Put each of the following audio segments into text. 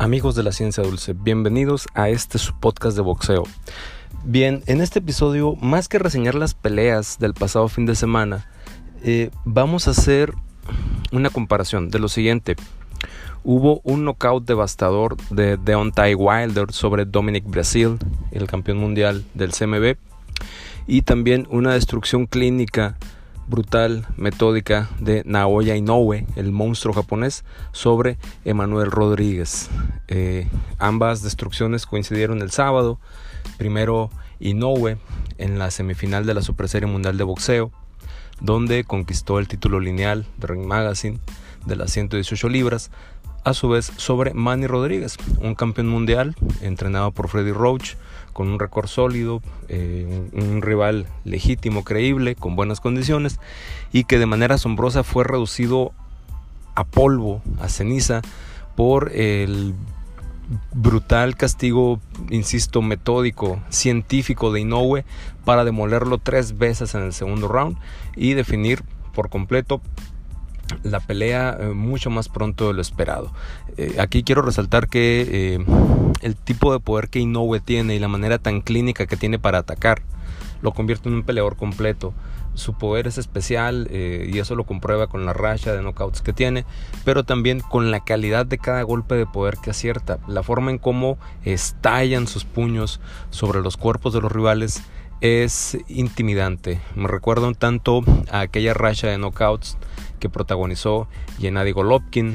Amigos de la Ciencia Dulce, bienvenidos a su podcast de boxeo. Bien, en este episodio, más que reseñar las peleas del pasado fin de semana, vamos a hacer una comparación de lo siguiente. Hubo un knockout devastador de Deontay Wilder sobre Dominic Breazeale, el campeón mundial del CMB, y también una destrucción clínica brutal, metódica de Naoya Inoue, el monstruo japonés, sobre Emmanuel Rodríguez. Ambas destrucciones coincidieron el sábado. Primero Inoue en la semifinal de la Super Serie Mundial de Boxeo, donde conquistó el título lineal de Ring Magazine de las 118 libras, a su vez sobre Manny Rodríguez, un campeón mundial entrenado por Freddie Roach, con un récord sólido, un rival legítimo, creíble, con buenas condiciones, y que de manera asombrosa fue reducido a polvo, a ceniza, por el brutal castigo, insisto, metódico, científico de Inoue para demolerlo 3 veces en el segundo round y definir por completo la pelea mucho más pronto de lo esperado. Aquí quiero resaltar que el tipo de poder que Inoue tiene y la manera tan clínica que tiene para atacar lo convierte en un peleador completo. Su poder es especial y eso lo comprueba con la racha de knockouts que tiene, pero también con la calidad de cada golpe de poder que acierta, la forma en cómo estallan sus puños sobre los cuerpos de los rivales es intimidante. Me recuerda un tanto a aquella racha de knockouts que protagonizó Gennady Golovkin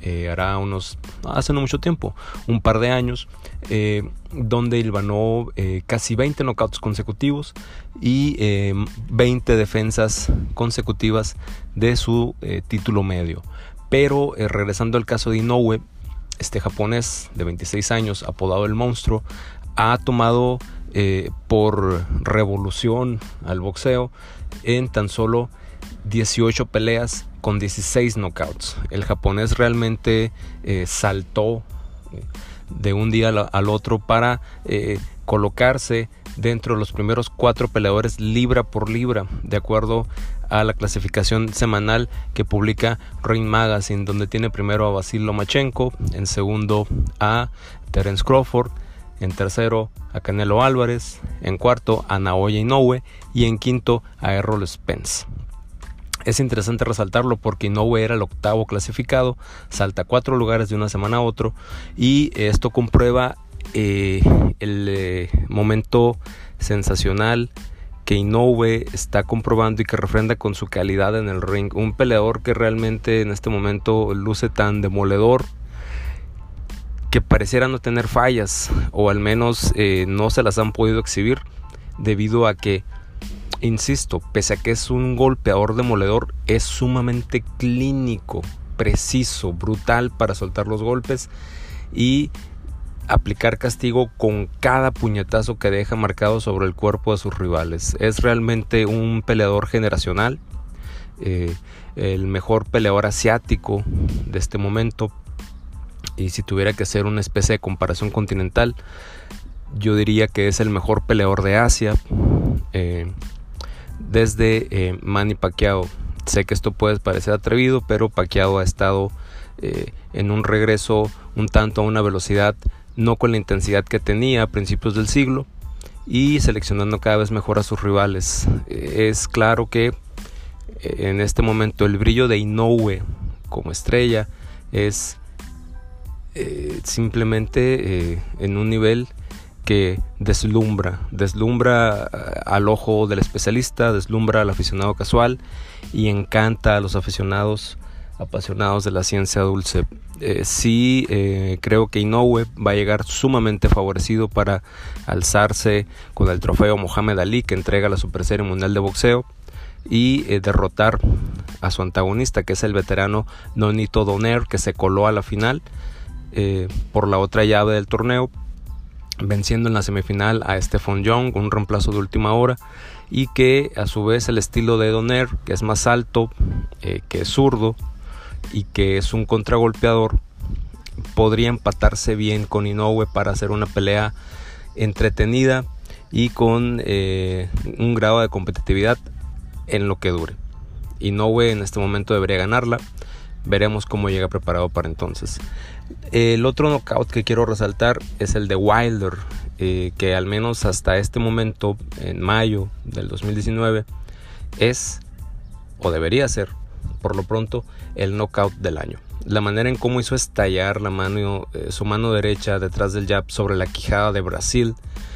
hace no mucho tiempo, un par de años, donde hilvanó casi 20 knockouts consecutivos y 20 defensas consecutivas de su título medio. Pero regresando al caso de Inoue, este japonés de 26 años, apodado el monstruo, ha tomado por revolución al boxeo en tan solo 18 peleas con 16 knockouts. El japonés realmente saltó de un día al otro para colocarse dentro de los primeros 4 peleadores libra por libra, de acuerdo a la clasificación semanal que publica Ring Magazine, donde tiene primero a Vasil Lomachenko, en segundo a Terence Crawford, en tercero a Canelo Álvarez, en cuarto a Naoya Inoue y en quinto a Errol Spence. Es interesante resaltarlo porque Inoue era el 8º clasificado, salta 4 lugares de una semana a otro, y esto comprueba el momento sensacional que Inoue está comprobando y que refrenda con su calidad en el ring. Un peleador que realmente en este momento luce tan demoledor que pareciera no tener fallas, o al menos no se las han podido exhibir, debido a que, insisto, pese a que es un golpeador demoledor, es sumamente clínico, preciso, brutal para soltar los golpes y aplicar castigo con cada puñetazo que deja marcado sobre el cuerpo de sus rivales. Es realmente un peleador generacional, el mejor peleador asiático de este momento, y si tuviera que hacer una especie de comparación continental, yo diría que es el mejor peleador de Asia, desde Manny Pacquiao. Sé que esto puede parecer atrevido, pero Pacquiao ha estado en un regreso un tanto a una velocidad no con la intensidad que tenía a principios del siglo, y seleccionando cada vez mejor a sus rivales. Es claro que en este momento el brillo de Inoue como estrella es simplemente en un nivel que deslumbra al ojo del especialista, deslumbra al aficionado casual y encanta a los aficionados apasionados de la ciencia dulce. Creo que Inoue va a llegar sumamente favorecido para alzarse con el trofeo Muhammad Ali que entrega la Super Serie Mundial de Boxeo y derrotar a su antagonista, que es el veterano Nonito Donaire, que se coló a la final por la otra llave del torneo, venciendo en la semifinal a Stephon Young, un reemplazo de última hora, y que a su vez el estilo de Donaire, que es más alto, que es zurdo y que es un contragolpeador, podría empatarse bien con Inoue para hacer una pelea entretenida y con un grado de competitividad en lo que dure. Inoue en este momento debería ganarla. veremos cómo llega preparado para entonces. El otro knockout que quiero resaltar es el de Wilder, que al menos hasta este momento, en mayo del 2019, es, o debería ser, por lo pronto, el knockout del año. La manera en cómo hizo estallar su mano derecha detrás del jab sobre la quijada de Brasil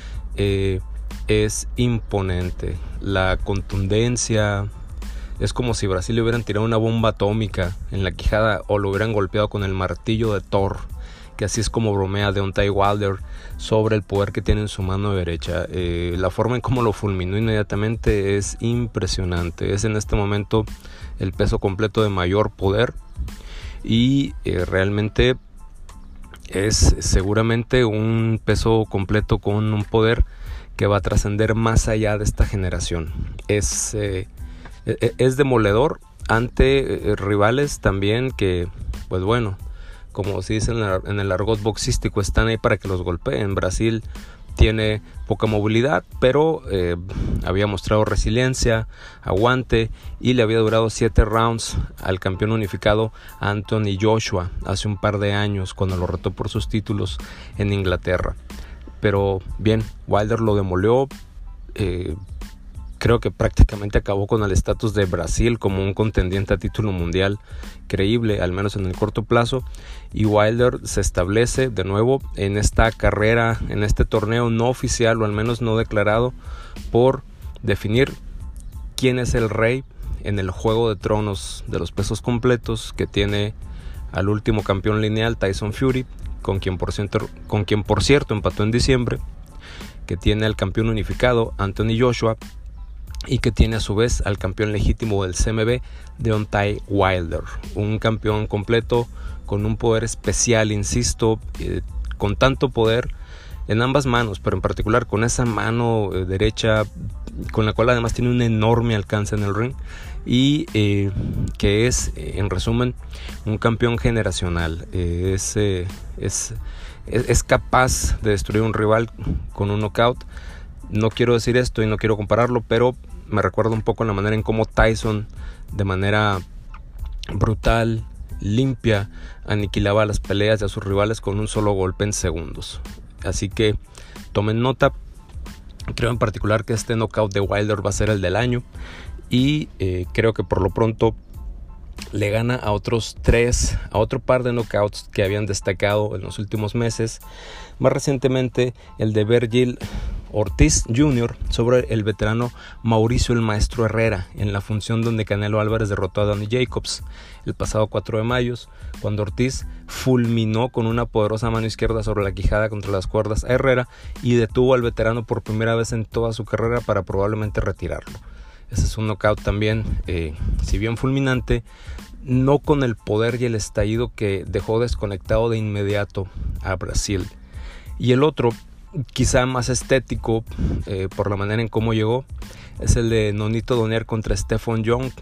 es imponente. La contundencia es como si Brasil le hubieran tirado una bomba atómica en la quijada o lo hubieran golpeado con el martillo de Thor, que así es como bromea Deontay Wilder sobre el poder que tiene en su mano derecha. La forma en cómo lo fulminó inmediatamente es impresionante. Es en este momento el peso completo de mayor poder y realmente es seguramente un peso completo con un poder que va a trascender más allá de esta generación. Es demoledor ante rivales también que, pues bueno, como se dice en el argot boxístico, están ahí para que los golpeen. Brasil tiene poca movilidad, pero había mostrado resiliencia, aguante, y le había durado 7 rounds al campeón unificado Anthony Joshua hace un par de años cuando lo retó por sus títulos en Inglaterra. Pero bien, Wilder lo demolió. Creo que prácticamente acabó con el estatus de Brasil como un contendiente a título mundial creíble, al menos en el corto plazo, y Wilder se establece de nuevo en esta carrera, en este torneo no oficial o al menos no declarado, por definir quién es el rey en el juego de tronos de los pesos completos, que tiene al último campeón lineal Tyson Fury, con quien por cierto empató en diciembre, que tiene al campeón unificado Anthony Joshua, y que tiene a su vez al campeón legítimo del CMB, Deontay Wilder, un campeón completo con un poder especial, insisto, con tanto poder en ambas manos, pero en particular con esa mano derecha, con la cual además tiene un enorme alcance en el ring, y que es, en resumen, un campeón generacional. Es capaz de destruir un rival con un knockout. No quiero decir esto y no quiero compararlo, pero me recuerda un poco la manera en cómo Tyson, de manera brutal, limpia, aniquilaba las peleas de sus rivales con un solo golpe en segundos. Así que tomen nota. Creo en particular que este knockout de Wilder va a ser el del año, y creo que por lo pronto le gana a otro par de knockouts que habían destacado en los últimos meses. Más recientemente el de Vergil Ortiz Jr. sobre el veterano Mauricio el Maestro Herrera, en la función donde Canelo Álvarez derrotó a Danny Jacobs el pasado 4 de mayo, cuando Ortiz fulminó con una poderosa mano izquierda sobre la quijada contra las cuerdas a Herrera y detuvo al veterano por primera vez en toda su carrera para probablemente retirarlo. Ese es un knockout también, si bien fulminante, no con el poder y el estallido que dejó desconectado de inmediato a Brasil. Y el otro, quizá más estético por la manera en cómo llegó, es el de Nonito Donaire contra Stephon Young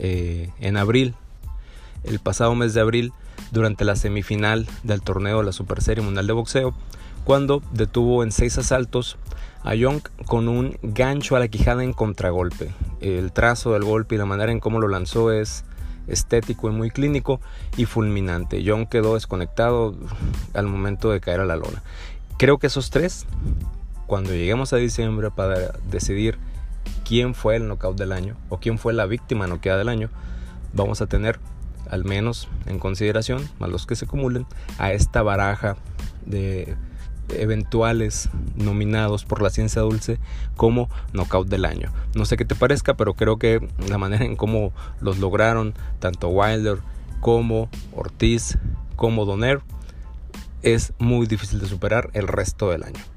en abril, el pasado mes de abril, durante la semifinal del torneo de la Super Serie Mundial de Boxeo, cuando detuvo en 6 asaltos a Young con un gancho a la quijada en contragolpe. El trazo del golpe y la manera en cómo lo lanzó es estético y muy clínico y fulminante. Young quedó desconectado al momento de caer a la lona. Creo que esos tres, cuando lleguemos a diciembre para decidir quién fue el knockout del año o quién fue la víctima noqueada del año, vamos a tener, al menos en consideración, más los que se acumulen, a esta baraja de eventuales nominados por la ciencia dulce como knockout del año. No sé qué te parezca, pero creo que la manera en cómo los lograron tanto Wilder como Ortiz como Donaire es muy difícil de superar el resto del año.